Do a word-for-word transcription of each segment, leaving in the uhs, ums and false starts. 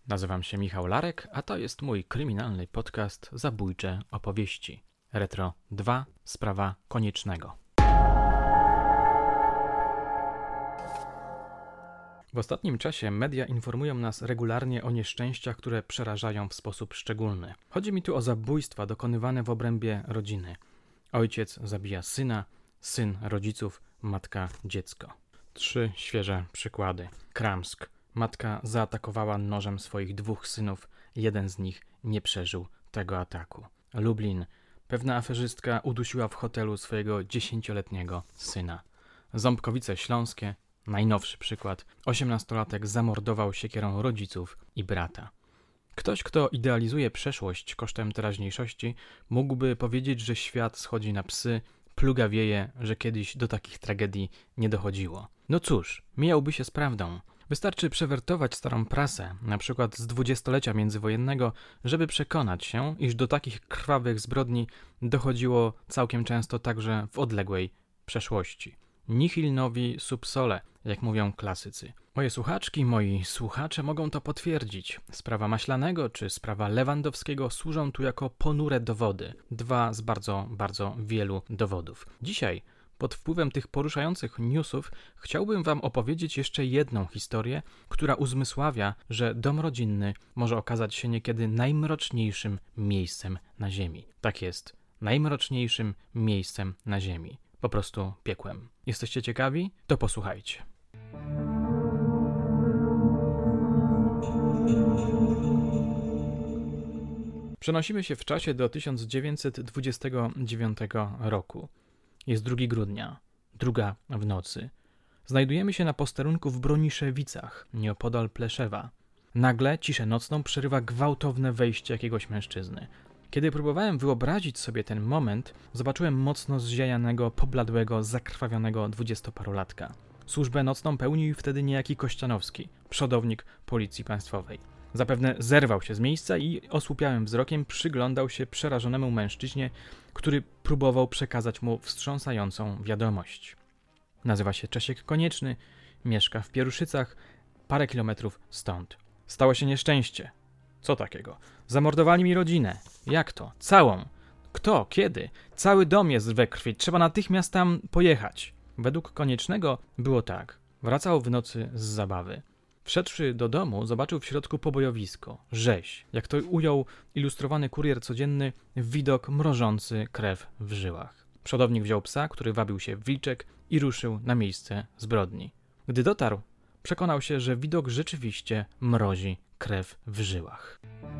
Nazywam się Michał Larek, a to jest mój kryminalny podcast Zabójcze opowieści. Retro dwa. Sprawa Koniecznego. W ostatnim czasie media informują nas regularnie o nieszczęściach, które przerażają w sposób szczególny. Chodzi mi tu o zabójstwa dokonywane w obrębie rodziny. Ojciec zabija syna, syn rodziców, matka dziecko. Trzy świeże przykłady. Kramsk. Matka zaatakowała nożem swoich dwóch synów, jeden z nich nie przeżył tego ataku. Lublin. Pewna aferzystka udusiła w hotelu swojego dziesięcioletniego syna. Ząbkowice Śląskie. Najnowszy przykład. Osiemnastolatek zamordował siekierą rodziców i brata. Ktoś, kto idealizuje przeszłość kosztem teraźniejszości, mógłby powiedzieć, że świat schodzi na psy, plugawieje, że kiedyś do takich tragedii nie dochodziło. No cóż, mijałby się z prawdą. Wystarczy przewertować starą prasę, na przykład z dwudziestolecia międzywojennego, żeby przekonać się, iż do takich krwawych zbrodni dochodziło całkiem często także w odległej przeszłości. Nihil novi sub sole, jak mówią klasycy. Moje słuchaczki, moi słuchacze mogą to potwierdzić. Sprawa Maślanego czy sprawa Lewandowskiego służą tu jako ponure dowody. Dwa z bardzo, bardzo wielu dowodów. Dzisiaj, pod wpływem tych poruszających newsów, chciałbym wam opowiedzieć jeszcze jedną historię, która uzmysławia, że dom rodzinny może okazać się niekiedy najmroczniejszym miejscem na ziemi. Tak jest, najmroczniejszym miejscem na ziemi. Po prostu piekłem. Jesteście ciekawi? To posłuchajcie. Przenosimy się w czasie do tysiąc dziewięćset dwudziestego dziewiątego roku. Jest drugiego grudnia, druga w nocy. Znajdujemy się na posterunku w Broniszewicach, nieopodal Pleszewa. Nagle ciszę nocną przerywa gwałtowne wejście jakiegoś mężczyzny. Kiedy próbowałem wyobrazić sobie ten moment, zobaczyłem mocno zziajanego, pobladłego, zakrwawionego dwudziestoparolatka. Służbę nocną pełnił wtedy niejaki Kościanowski, przodownik Policji Państwowej. Zapewne zerwał się z miejsca i osłupiałym wzrokiem przyglądał się przerażonemu mężczyźnie, który próbował przekazać mu wstrząsającą wiadomość. Nazywa się Czesiek Konieczny, mieszka w Pieruszycach, parę kilometrów stąd. Stało się nieszczęście. Co takiego? Zamordowali mi rodzinę. Jak to? Całą. Kto? Kiedy? Cały dom jest we krwi. Trzeba natychmiast tam pojechać. Według Koniecznego było tak. Wracał w nocy z zabawy. Wszedłszy do domu, zobaczył w środku pobojowisko, rzeź. Jak to ujął ilustrowany kurier codzienny, widok mrożący krew w żyłach. Przodownik wziął psa, który wabił się w wilczek i ruszył na miejsce zbrodni. Gdy dotarł, przekonał się, że widok rzeczywiście mrozi krew w żyłach.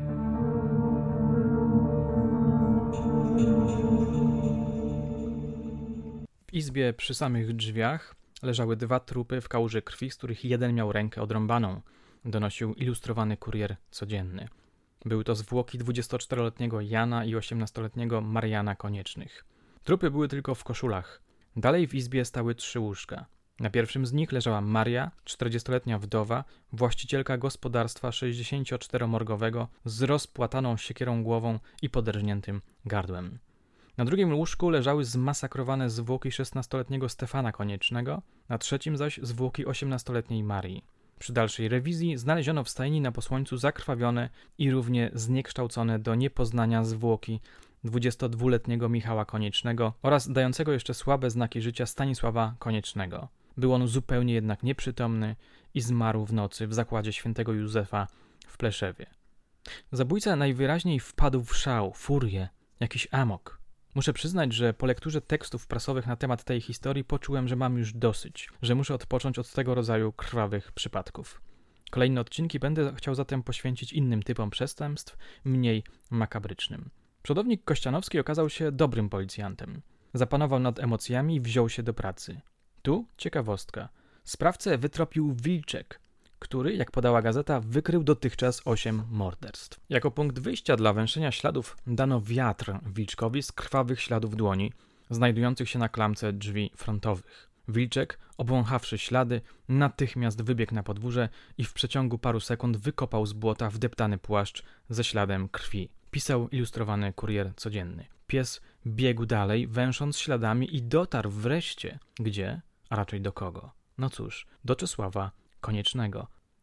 W izbie przy samych drzwiach leżały dwa trupy w kałuży krwi, z których jeden miał rękę odrąbaną, donosił ilustrowany kurier codzienny. Były to zwłoki dwudziestoczteroletniego Jana i osiemnastoletniego Mariana Koniecznych. Trupy były tylko w koszulach. Dalej w izbie stały trzy łóżka. Na pierwszym z nich leżała Maria, czterdziestoletnia wdowa, właścicielka gospodarstwa sześćdziesięcioczteromorgowego z rozpłataną siekierą głową i poderżniętym gardłem. Na drugim łóżku leżały zmasakrowane zwłoki szesnastoletniego Stefana Koniecznego, na trzecim zaś zwłoki osiemnastoletniej Marii. Przy dalszej rewizji znaleziono w stajni na posłońcu zakrwawione i równie zniekształcone do niepoznania zwłoki dwudziestodwuletniego Michała Koniecznego oraz dającego jeszcze słabe znaki życia Stanisława Koniecznego. Był on zupełnie jednak nieprzytomny i zmarł w nocy w zakładzie świętego Józefa w Pleszewie. Zabójca najwyraźniej wpadł w szał, furię, jakiś amok. Muszę przyznać, że po lekturze tekstów prasowych na temat tej historii poczułem, że mam już dosyć, że muszę odpocząć od tego rodzaju krwawych przypadków. Kolejne odcinki będę chciał zatem poświęcić innym typom przestępstw, mniej makabrycznym. Przodownik Kościanowski okazał się dobrym policjantem. Zapanował nad emocjami i wziął się do pracy. Tu ciekawostka. Sprawcę wytropił wilczek, który, jak podała gazeta, wykrył dotychczas osiem morderstw. Jako punkt wyjścia dla węszenia śladów dano wiatr wilczkowi z krwawych śladów dłoni, znajdujących się na klamce drzwi frontowych. Wilczek, obwąchawszy ślady, natychmiast wybiegł na podwórze i w przeciągu paru sekund wykopał z błota wdeptany płaszcz ze śladem krwi. Pisał ilustrowany kurier codzienny. Pies biegł dalej, węsząc śladami i dotarł wreszcie. Gdzie? A raczej do kogo? No cóż, do Czesława Koniecznego.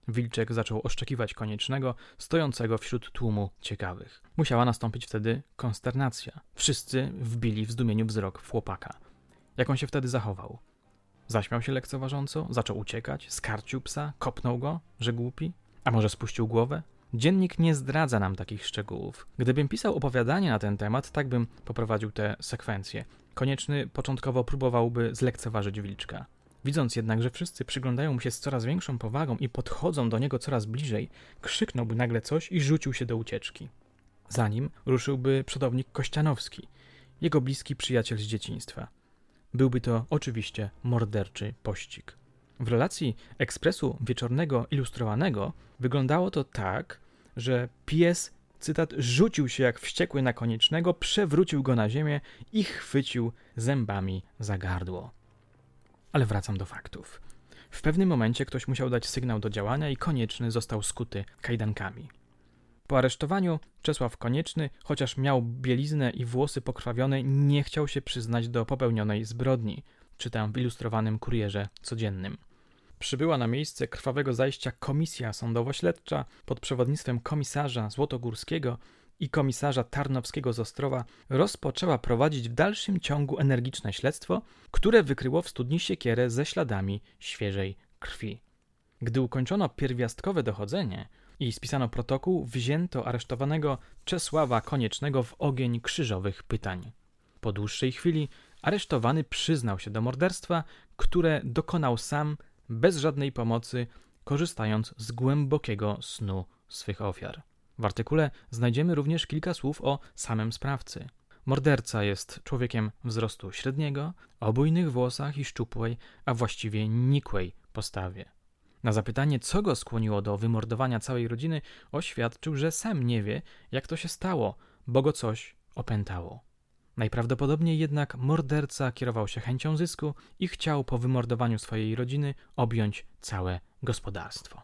Wilczek zaczął oszczekiwać Koniecznego, stojącego wśród tłumu ciekawych. Musiała nastąpić wtedy konsternacja. Wszyscy wbili w zdumieniu wzrok w chłopaka. Jak on się wtedy zachował? Zaśmiał się lekceważąco? Zaczął uciekać? Skarcił psa? Kopnął go? Że głupi? A może spuścił głowę? Dziennik nie zdradza nam takich szczegółów. Gdybym pisał opowiadanie na ten temat, tak bym poprowadził tę sekwencję. Konieczny początkowo próbowałby zlekceważyć Wilczka. Widząc jednak, że wszyscy przyglądają mu się z coraz większą powagą i podchodzą do niego coraz bliżej, krzyknąłby nagle coś i rzucił się do ucieczki. Za nim ruszyłby przodownik Kościanowski, jego bliski przyjaciel z dzieciństwa. Byłby to oczywiście morderczy pościg. W relacji Ekspresu Wieczornego Ilustrowanego wyglądało to tak, że pies, cytat, rzucił się jak wściekły na Koniecznego, przewrócił go na ziemię i chwycił zębami za gardło. Ale wracam do faktów. W pewnym momencie ktoś musiał dać sygnał do działania i Konieczny został skuty kajdankami. Po aresztowaniu Czesław Konieczny, chociaż miał bieliznę i włosy pokrwawione, nie chciał się przyznać do popełnionej zbrodni, czytam w Ilustrowanym Kurierze Codziennym. Przybyła na miejsce krwawego zajścia komisja sądowo-śledcza pod przewodnictwem komisarza Złotogórskiego i komisarza Tarnowskiego z Ostrowa rozpoczęła prowadzić w dalszym ciągu energiczne śledztwo, które wykryło w studni siekierę ze śladami świeżej krwi. Gdy ukończono pierwiastkowe dochodzenie i spisano protokół, wzięto aresztowanego Czesława Koniecznego w ogień krzyżowych pytań. Po dłuższej chwili aresztowany przyznał się do morderstwa, które dokonał sam, bez żadnej pomocy, korzystając z głębokiego snu swych ofiar. W artykule znajdziemy również kilka słów o samym sprawcy. Morderca jest człowiekiem wzrostu średniego, o bujnych włosach i szczupłej, a właściwie nikłej postawie. Na zapytanie, co go skłoniło do wymordowania całej rodziny, oświadczył, że sam nie wie, jak to się stało, bo go coś opętało. Najprawdopodobniej jednak morderca kierował się chęcią zysku i chciał po wymordowaniu swojej rodziny objąć całe gospodarstwo.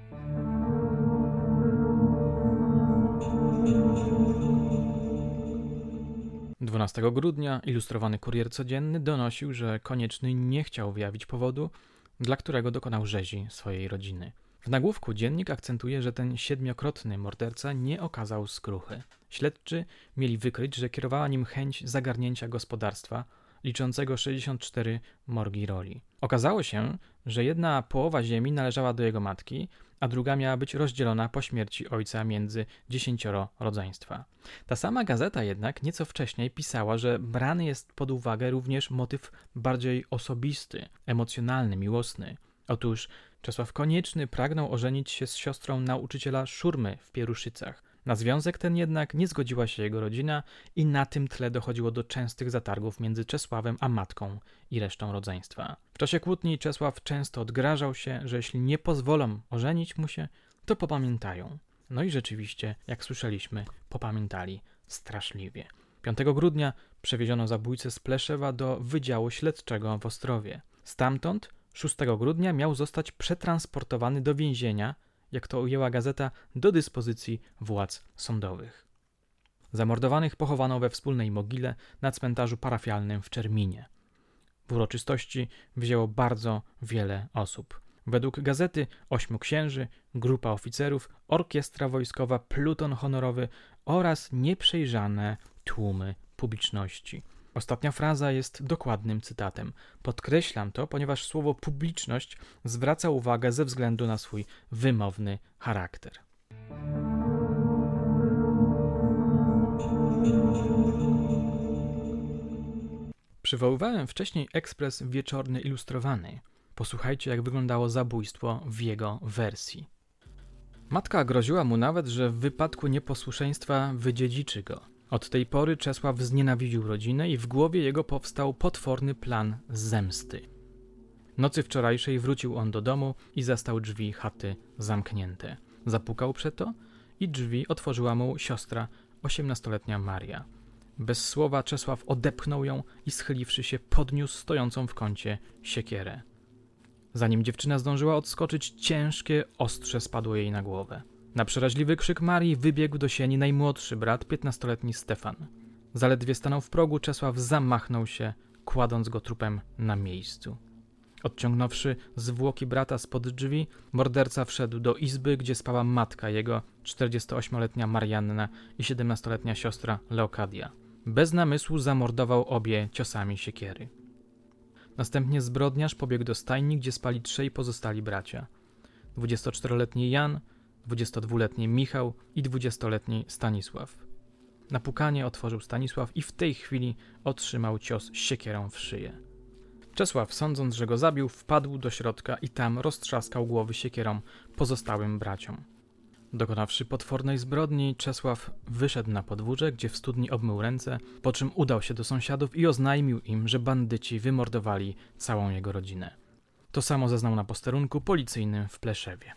dwunastego grudnia Ilustrowany Kurier Codzienny donosił, że Konieczny nie chciał wyjawić powodu, dla którego dokonał rzezi swojej rodziny. W nagłówku dziennik akcentuje, że ten siedmiokrotny morderca nie okazał skruchy. Śledczy mieli wykryć, że kierowała nim chęć zagarnięcia gospodarstwa, liczącego sześćdziesiąt cztery morgi roli. Okazało się, że jedna połowa ziemi należała do jego matki, a druga miała być rozdzielona po śmierci ojca między dziesięcioro rodzeństwa. Ta sama gazeta jednak nieco wcześniej pisała, że brany jest pod uwagę również motyw bardziej osobisty, emocjonalny, miłosny. Otóż Czesław Konieczny pragnął ożenić się z siostrą nauczyciela Szurmy w Pieruszycach. Na związek ten jednak nie zgodziła się jego rodzina i na tym tle dochodziło do częstych zatargów między Czesławem a matką i resztą rodzeństwa. W czasie kłótni Czesław często odgrażał się, że jeśli nie pozwolą ożenić mu się, to popamiętają. No i rzeczywiście, jak słyszeliśmy, popamiętali straszliwie. piątego grudnia przewieziono zabójcę z Pleszewa do Wydziału Śledczego w Ostrowie. Stamtąd szóstego grudnia miał zostać przetransportowany do więzienia, jak to ujęła gazeta, do dyspozycji władz sądowych. Zamordowanych pochowano we wspólnej mogile na cmentarzu parafialnym w Czerminie. W uroczystości wzięło bardzo wiele osób. Według gazety ośmiu księży, grupa oficerów, orkiestra wojskowa, pluton honorowy oraz nieprzejrzane tłumy publiczności. Ostatnia fraza jest dokładnym cytatem. Podkreślam to, ponieważ słowo publiczność zwraca uwagę ze względu na swój wymowny charakter. Przywoływałem wcześniej Ekspres Wieczorny Ilustrowany. Posłuchajcie, jak wyglądało zabójstwo w jego wersji. Matka groziła mu nawet, że w wypadku nieposłuszeństwa wydziedziczy go. Od tej pory Czesław znienawidził rodzinę i w głowie jego powstał potworny plan zemsty. Nocy wczorajszej wrócił on do domu i zastał drzwi chaty zamknięte. Zapukał przeto i drzwi otworzyła mu siostra, osiemnastoletnia Maria. Bez słowa Czesław odepchnął ją i schyliwszy się podniósł stojącą w kącie siekierę. Zanim dziewczyna zdążyła odskoczyć, ciężkie ostrze spadło jej na głowę. Na przeraźliwy krzyk Marii wybiegł do sieni najmłodszy brat, piętnastoletni Stefan. Zaledwie stanął w progu, Czesław zamachnął się, kładąc go trupem na miejscu. Odciągnąwszy zwłoki brata spod drzwi, morderca wszedł do izby, gdzie spała matka jego, czterdziestoośmioletnia Marianna i siedemnastoletnia siostra Leokadia. Bez namysłu zamordował obie ciosami siekiery. Następnie zbrodniarz pobiegł do stajni, gdzie spali trzej pozostali bracia. dwudziestoczteroletni Jan, dwudziestodwuletni Michał i dwudziestoletni Stanisław. Na pukanie otworzył Stanisław i w tej chwili otrzymał cios siekierą w szyję. Czesław, sądząc, że go zabił, wpadł do środka i tam roztrzaskał głowy siekierą pozostałym braciom. Dokonawszy potwornej zbrodni, Czesław wyszedł na podwórze, gdzie w studni obmył ręce, po czym udał się do sąsiadów i oznajmił im, że bandyci wymordowali całą jego rodzinę. To samo zeznał na posterunku policyjnym w Pleszewie.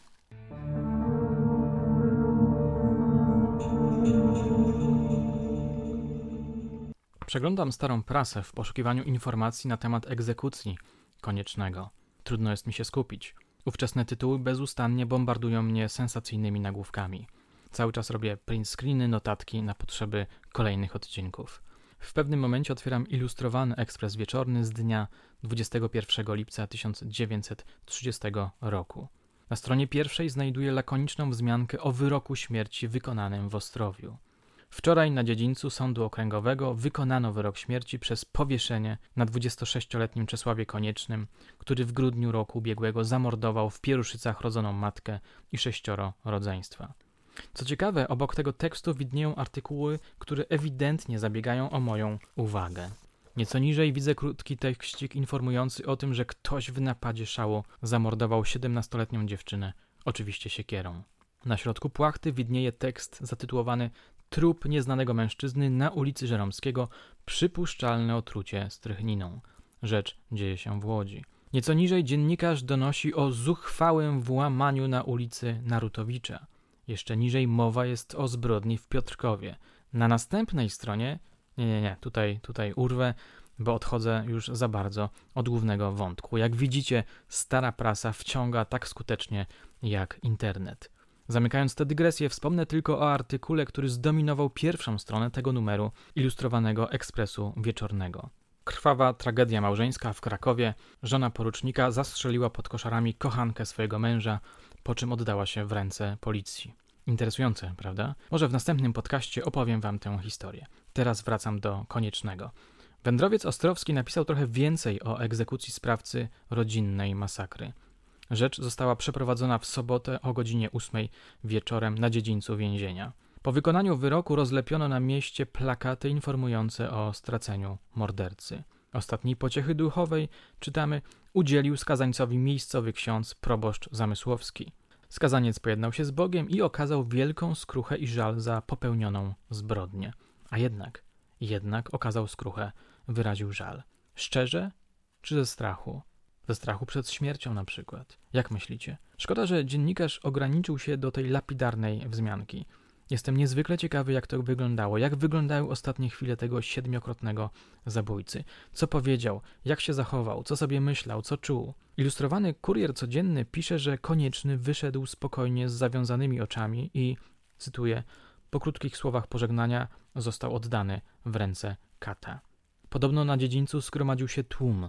Przeglądam starą prasę w poszukiwaniu informacji na temat egzekucji Koniecznego. Trudno jest mi się skupić. Ówczesne tytuły bezustannie bombardują mnie sensacyjnymi nagłówkami. Cały czas robię print screeny, notatki na potrzeby kolejnych odcinków. W pewnym momencie otwieram ilustrowany ekspres wieczorny z dnia dwudziestego pierwszego lipca tysiąc dziewięćset trzydziestego roku. Na stronie pierwszej znajduję lakoniczną wzmiankę o wyroku śmierci wykonanym w Ostrowiu. Wczoraj na dziedzińcu Sądu Okręgowego wykonano wyrok śmierci przez powieszenie na dwudziestosześcioletnim Czesławie Koniecznym, który w grudniu roku ubiegłego zamordował w Pieruszycach rodzoną matkę i sześcioro rodzeństwa. Co ciekawe, obok tego tekstu widnieją artykuły, które ewidentnie zabiegają o moją uwagę. Nieco niżej widzę krótki tekścik informujący o tym, że ktoś w napadzie szału zamordował siedemnastoletnią dziewczynę, oczywiście siekierą. Na środku płachty widnieje tekst zatytułowany Trup nieznanego mężczyzny na ulicy Żeromskiego, przypuszczalne otrucie strychniną. Rzecz dzieje się w Łodzi. Nieco niżej dziennikarz donosi o zuchwałym włamaniu na ulicy Narutowicza. Jeszcze niżej mowa jest o zbrodni w Piotrkowie. Na następnej stronie, nie, nie, nie, tutaj, tutaj urwę, bo odchodzę już za bardzo od głównego wątku. Jak widzicie, stara prasa wciąga tak skutecznie jak internet. Zamykając tę dygresję, wspomnę tylko o artykule, który zdominował pierwszą stronę tego numeru ilustrowanego Ekspresu Wieczornego. Krwawa tragedia małżeńska w Krakowie. Żona porucznika zastrzeliła pod koszarami kochankę swojego męża, po czym oddała się w ręce policji. Interesujące, prawda? Może w następnym podcaście opowiem wam tę historię. Teraz wracam do Koniecznego. Wędrowiec Ostrowski napisał trochę więcej o egzekucji sprawcy rodzinnej masakry. Rzecz została przeprowadzona w sobotę o godzinie ósmej wieczorem na dziedzińcu więzienia. Po wykonaniu wyroku rozlepiono na mieście plakaty informujące o straceniu mordercy. Ostatniej pociechy duchowej, czytamy, udzielił skazańcowi miejscowy ksiądz proboszcz Zamysłowski. Skazaniec pojednał się z Bogiem i okazał wielką skruchę i żal za popełnioną zbrodnię. A jednak, jednak okazał skruchę, wyraził żal. Szczerze czy ze strachu? Ze strachu przed śmiercią na przykład. Jak myślicie? Szkoda, że dziennikarz ograniczył się do tej lapidarnej wzmianki. Jestem niezwykle ciekawy, jak to wyglądało, jak wyglądały ostatnie chwile tego siedmiokrotnego zabójcy. Co powiedział, jak się zachował, co sobie myślał, co czuł. Ilustrowany Kurier Codzienny pisze, że Konieczny wyszedł spokojnie z zawiązanymi oczami i, cytuję, po krótkich słowach pożegnania został oddany w ręce kata. Podobno na dziedzińcu zgromadził się tłum.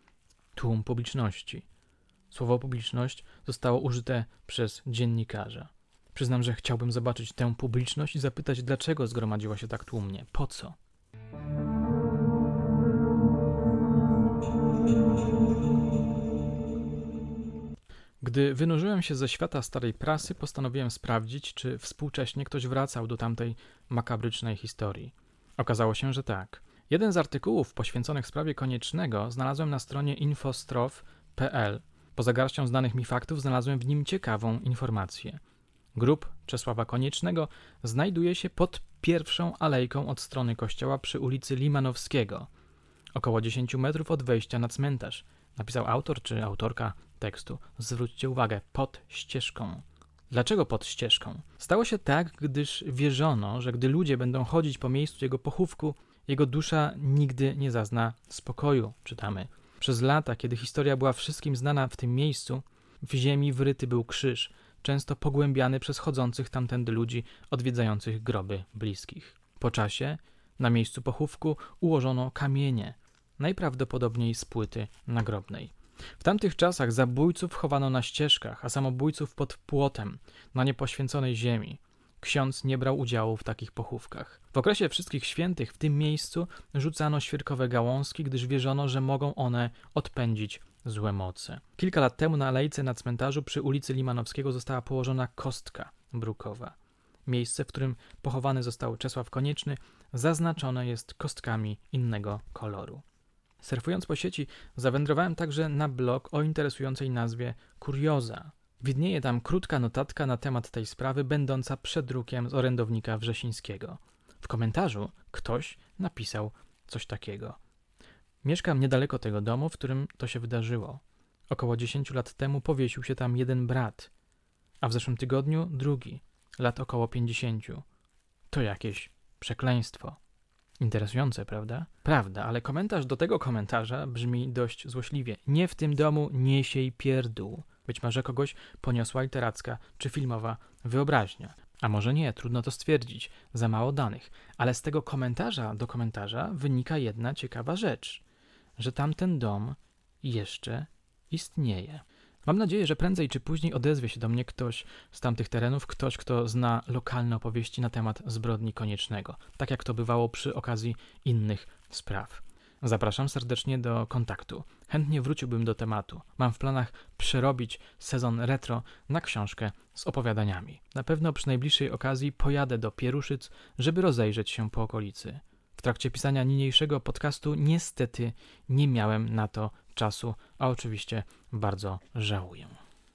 Tłum publiczności. Słowo publiczność zostało użyte przez dziennikarza. Przyznam, że chciałbym zobaczyć tę publiczność i zapytać, dlaczego zgromadziła się tak tłumnie. Po co? Gdy wynurzyłem się ze świata starej prasy, postanowiłem sprawdzić, czy współcześnie ktoś wracał do tamtej makabrycznej historii. Okazało się, że tak. Jeden z artykułów poświęconych sprawie Koniecznego znalazłem na stronie infostrof kropka p l. Poza garścią znanych mi faktów znalazłem w nim ciekawą informację. Grób Czesława Koniecznego znajduje się pod pierwszą alejką od strony kościoła przy ulicy Limanowskiego, około dziesięć metrów od wejścia na cmentarz. Napisał autor czy autorka tekstu. Zwróćcie uwagę, pod ścieżką. Dlaczego pod ścieżką? Stało się tak, gdyż wierzono, że gdy ludzie będą chodzić po miejscu jego pochówku, jego dusza nigdy nie zazna spokoju, czytamy. Przez lata, kiedy historia była wszystkim znana w tym miejscu, w ziemi wryty był krzyż, często pogłębiany przez chodzących tamtędy ludzi odwiedzających groby bliskich. Po czasie na miejscu pochówku ułożono kamienie, najprawdopodobniej z płyty nagrobnej. W tamtych czasach zabójców chowano na ścieżkach, a samobójców pod płotem, na niepoświęconej ziemi. Ksiądz nie brał udziału w takich pochówkach. W okresie Wszystkich Świętych w tym miejscu rzucano świerkowe gałązki, gdyż wierzono, że mogą one odpędzić złe moce. Kilka lat temu na alejce na cmentarzu przy ulicy Limanowskiego została położona kostka brukowa. Miejsce, w którym pochowany został Czesław Konieczny, zaznaczone jest kostkami innego koloru. Surfując po sieci, zawędrowałem także na blog o interesującej nazwie Kurioza. Widnieje tam krótka notatka na temat tej sprawy, będąca przedrukiem z orędownika wrzesińskiego. W komentarzu ktoś napisał coś takiego. Mieszkam niedaleko tego domu, w którym to się wydarzyło. Około dziesięciu lat temu powiesił się tam jeden brat, a w zeszłym tygodniu drugi, lat około pięćdziesięciu. To jakieś przekleństwo. Interesujące, prawda? Prawda, ale komentarz do tego komentarza brzmi dość złośliwie. Nie w tym domu nie siej pierdół. Być może kogoś poniosła literacka czy filmowa wyobraźnia. A może nie, trudno to stwierdzić, za mało danych. Ale z tego komentarza do komentarza wynika jedna ciekawa rzecz, że tamten dom jeszcze istnieje. Mam nadzieję, że prędzej czy później odezwie się do mnie ktoś z tamtych terenów, ktoś, kto zna lokalne opowieści na temat zbrodni Koniecznego, tak jak to bywało przy okazji innych spraw. Zapraszam serdecznie do kontaktu. Chętnie wróciłbym do tematu. Mam w planach przerobić sezon retro na książkę z opowiadaniami. Na pewno przy najbliższej okazji pojadę do Pieruszyc, żeby rozejrzeć się po okolicy. W trakcie pisania niniejszego podcastu niestety nie miałem na to czasu, a oczywiście bardzo żałuję.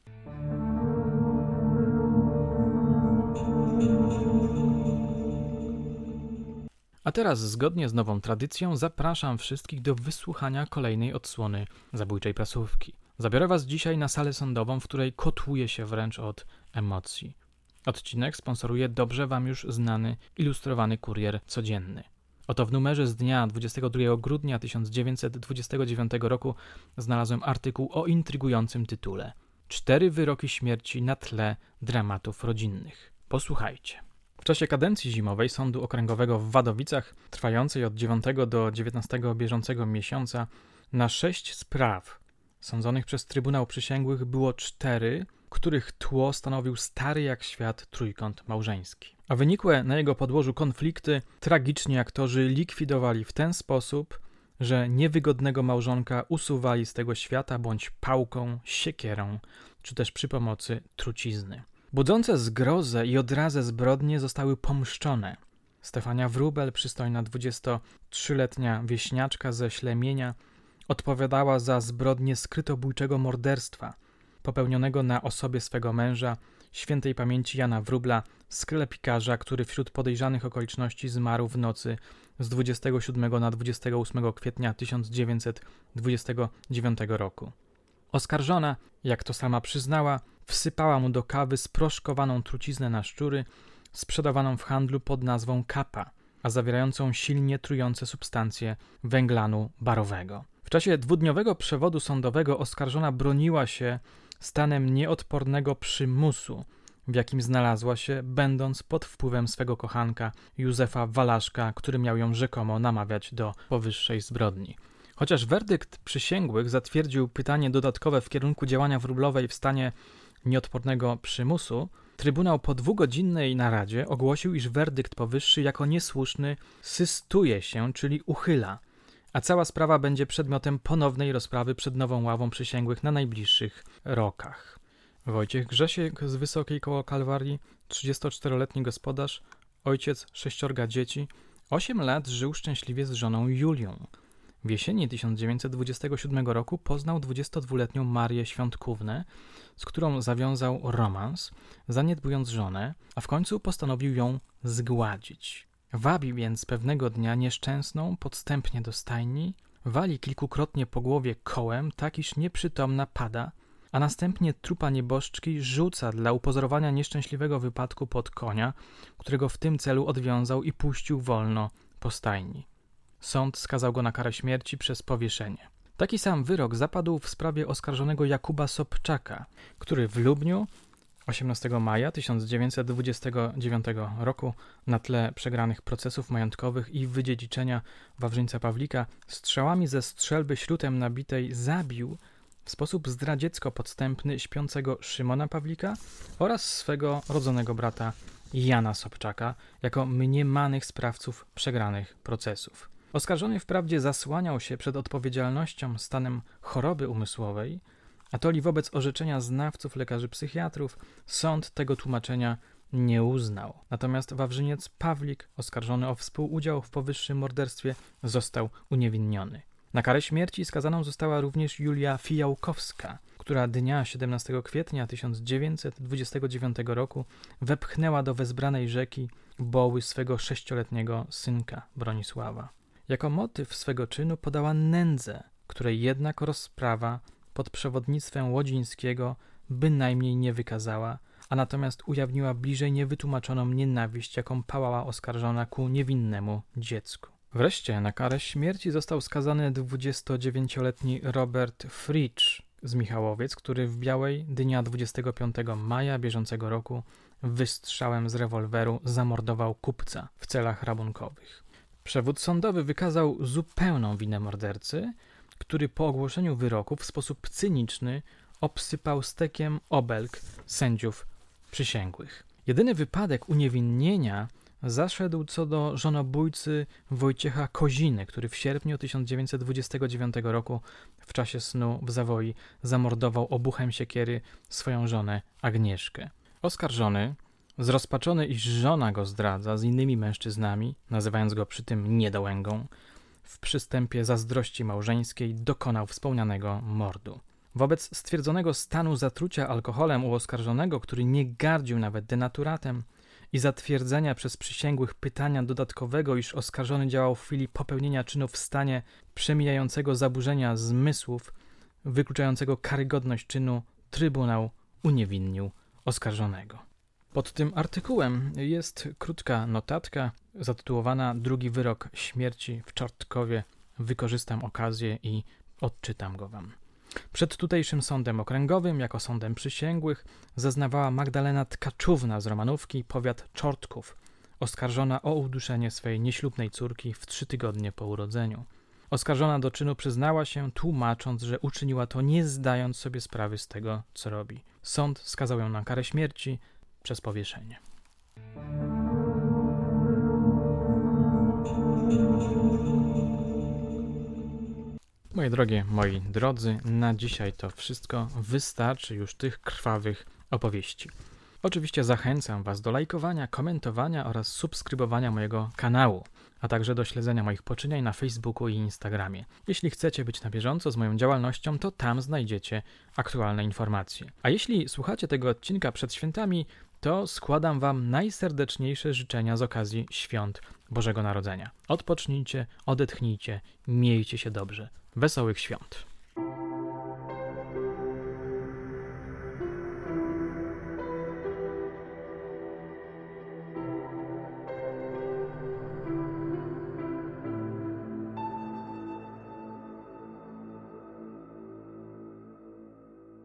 A teraz, zgodnie z nową tradycją, zapraszam wszystkich do wysłuchania kolejnej odsłony Zabójczej Prasówki. Zabiorę was dzisiaj na salę sądową, w której kotłuje się wręcz od emocji. Odcinek sponsoruje dobrze wam już znany ilustrowany Kurier Codzienny. Oto w numerze z dnia dwudziestego drugiego grudnia tysiąc dziewięćset dwudziestego dziewiątego roku znalazłem artykuł o intrygującym tytule Cztery wyroki śmierci na tle dramatów rodzinnych. Posłuchajcie. W czasie kadencji zimowej Sądu Okręgowego w Wadowicach, trwającej od dziewiątego do dziewiętnastego bieżącego miesiąca, na sześć spraw sądzonych przez Trybunał Przysięgłych było cztery, których tło stanowił stary jak świat trójkąt małżeński. A wynikłe na jego podłożu konflikty tragiczni aktorzy likwidowali w ten sposób, że niewygodnego małżonka usuwali z tego świata bądź pałką, siekierą, czy też przy pomocy trucizny. Budzące zgrozę i odrazę zbrodnie zostały pomszczone. Stefania Wróbel, przystojna dwudziestotrzyletnia wieśniaczka ze Ślemienia, odpowiadała za zbrodnię skrytobójczego morderstwa popełnionego na osobie swego męża, świętej pamięci Jana Wróbla, sklepikarza, który wśród podejrzanych okoliczności zmarł w nocy z dwudziestego siódmego na dwudziestego ósmego kwietnia tysiąc dziewięćset dwudziestego dziewiątego roku. Oskarżona, jak to sama przyznała, wsypała mu do kawy sproszkowaną truciznę na szczury, sprzedawaną w handlu pod nazwą kapa, a zawierającą silnie trujące substancje węglanu barowego. W czasie dwudniowego przewodu sądowego oskarżona broniła się stanem nieodpornego przymusu, w jakim znalazła się, będąc pod wpływem swego kochanka Józefa Walaszka, który miał ją rzekomo namawiać do powyższej zbrodni. Chociaż werdykt przysięgłych zatwierdził pytanie dodatkowe w kierunku działania wróblowej w stanie nieodpornego przymusu, Trybunał po dwugodzinnej naradzie ogłosił, iż werdykt powyższy jako niesłuszny systuje się, czyli uchyla, a cała sprawa będzie przedmiotem ponownej rozprawy przed nową ławą przysięgłych na najbliższych rokach. Wojciech Grzesiek z Wysokiej koło Kalwarii, trzydziestoczteroletni gospodarz, ojciec sześciorga dzieci, osiem lat żył szczęśliwie z żoną Julią. W jesieni tysiąc dziewięćset dwudziestego siódmego roku poznał dwudziestodwuletnią Marię Świątkównę, z którą zawiązał romans, zaniedbując żonę, a w końcu postanowił ją zgładzić. Wabi więc pewnego dnia nieszczęsną podstępnie do stajni, wali kilkukrotnie po głowie kołem, tak iż nieprzytomna pada, a następnie trupa nieboszczki rzuca dla upozorowania nieszczęśliwego wypadku pod konia, którego w tym celu odwiązał i puścił wolno po stajni. Sąd skazał go na karę śmierci przez powieszenie. Taki sam wyrok zapadł w sprawie oskarżonego Jakuba Sobczaka, który w Lubniu osiemnastego maja tysiąc dziewięćset dwudziestego dziewiątego roku na tle przegranych procesów majątkowych i wydziedziczenia Wawrzyńca Pawlika strzałami ze strzelby śrutem nabitej zabił w sposób zdradziecko podstępny śpiącego Szymona Pawlika oraz swego rodzonego brata Jana Sobczaka jako mniemanych sprawców przegranych procesów. Oskarżony wprawdzie zasłaniał się przed odpowiedzialnością stanem choroby umysłowej, atoli wobec orzeczenia znawców lekarzy psychiatrów sąd tego tłumaczenia nie uznał. Natomiast Wawrzyniec Pawlik, oskarżony o współudział w powyższym morderstwie, został uniewinniony. Na karę śmierci skazaną została również Julia Fijałkowska, która dnia siedemnastego kwietnia tysiąc dziewięćset dwudziestego dziewiątego roku wepchnęła do wezbranej rzeki boły swego sześcioletniego synka Bronisława. Jako motyw swego czynu podała nędzę, której jednak rozprawa pod przewodnictwem Łodzińskiego bynajmniej nie wykazała, a natomiast ujawniła bliżej niewytłumaczoną nienawiść, jaką pałała oskarżona ku niewinnemu dziecku. Wreszcie na karę śmierci został skazany dwudziestodziewięcioletni Robert Fritsch z Michałowiec, który w Białej dnia dwudziestego piątego maja bieżącego roku wystrzałem z rewolweru zamordował kupca w celach rabunkowych. Przewód sądowy wykazał zupełną winę mordercy, który po ogłoszeniu wyroku w sposób cyniczny obsypał stekiem obelg sędziów przysięgłych. Jedyny wypadek uniewinnienia zaszedł co do żonobójcy Wojciecha Koziny, który w sierpniu tysiąc dziewięćset dwudziestego dziewiątego roku w czasie snu w Zawoi zamordował obuchem siekiery swoją żonę Agnieszkę. Oskarżony, zrozpaczony, iż żona go zdradza z innymi mężczyznami, nazywając go przy tym niedołęgą, w przystępie zazdrości małżeńskiej dokonał wspomnianego mordu. Wobec stwierdzonego stanu zatrucia alkoholem u oskarżonego, który nie gardził nawet denaturatem, i zatwierdzenia przez przysięgłych pytania dodatkowego, iż oskarżony działał w chwili popełnienia czynu w stanie przemijającego zaburzenia zmysłów, wykluczającego karygodność czynu, Trybunał uniewinnił oskarżonego. Pod tym artykułem jest krótka notatka zatytułowana Drugi wyrok śmierci w Czortkowie. Wykorzystam okazję i odczytam go wam. Przed tutejszym sądem okręgowym, jako sądem przysięgłych, zeznawała Magdalena Tkaczówna z Romanówki, powiat Czortków, oskarżona o uduszenie swej nieślubnej córki w trzy tygodnie po urodzeniu. Oskarżona do czynu przyznała się, tłumacząc, że uczyniła to nie zdając sobie sprawy z tego, co robi. Sąd skazał ją na karę śmierci przez powieszenie. Moje drogie, moi drodzy, na dzisiaj to wszystko. Wystarczy już tych krwawych opowieści. Oczywiście zachęcam was do lajkowania, komentowania oraz subskrybowania mojego kanału, a także do śledzenia moich poczynień na Facebooku i Instagramie. Jeśli chcecie być na bieżąco z moją działalnością, to tam znajdziecie aktualne informacje. A jeśli słuchacie tego odcinka przed świętami, to składam wam najserdeczniejsze życzenia z okazji świąt Bożego Narodzenia. Odpocznijcie, odetchnijcie, miejcie się dobrze. Wesołych świąt.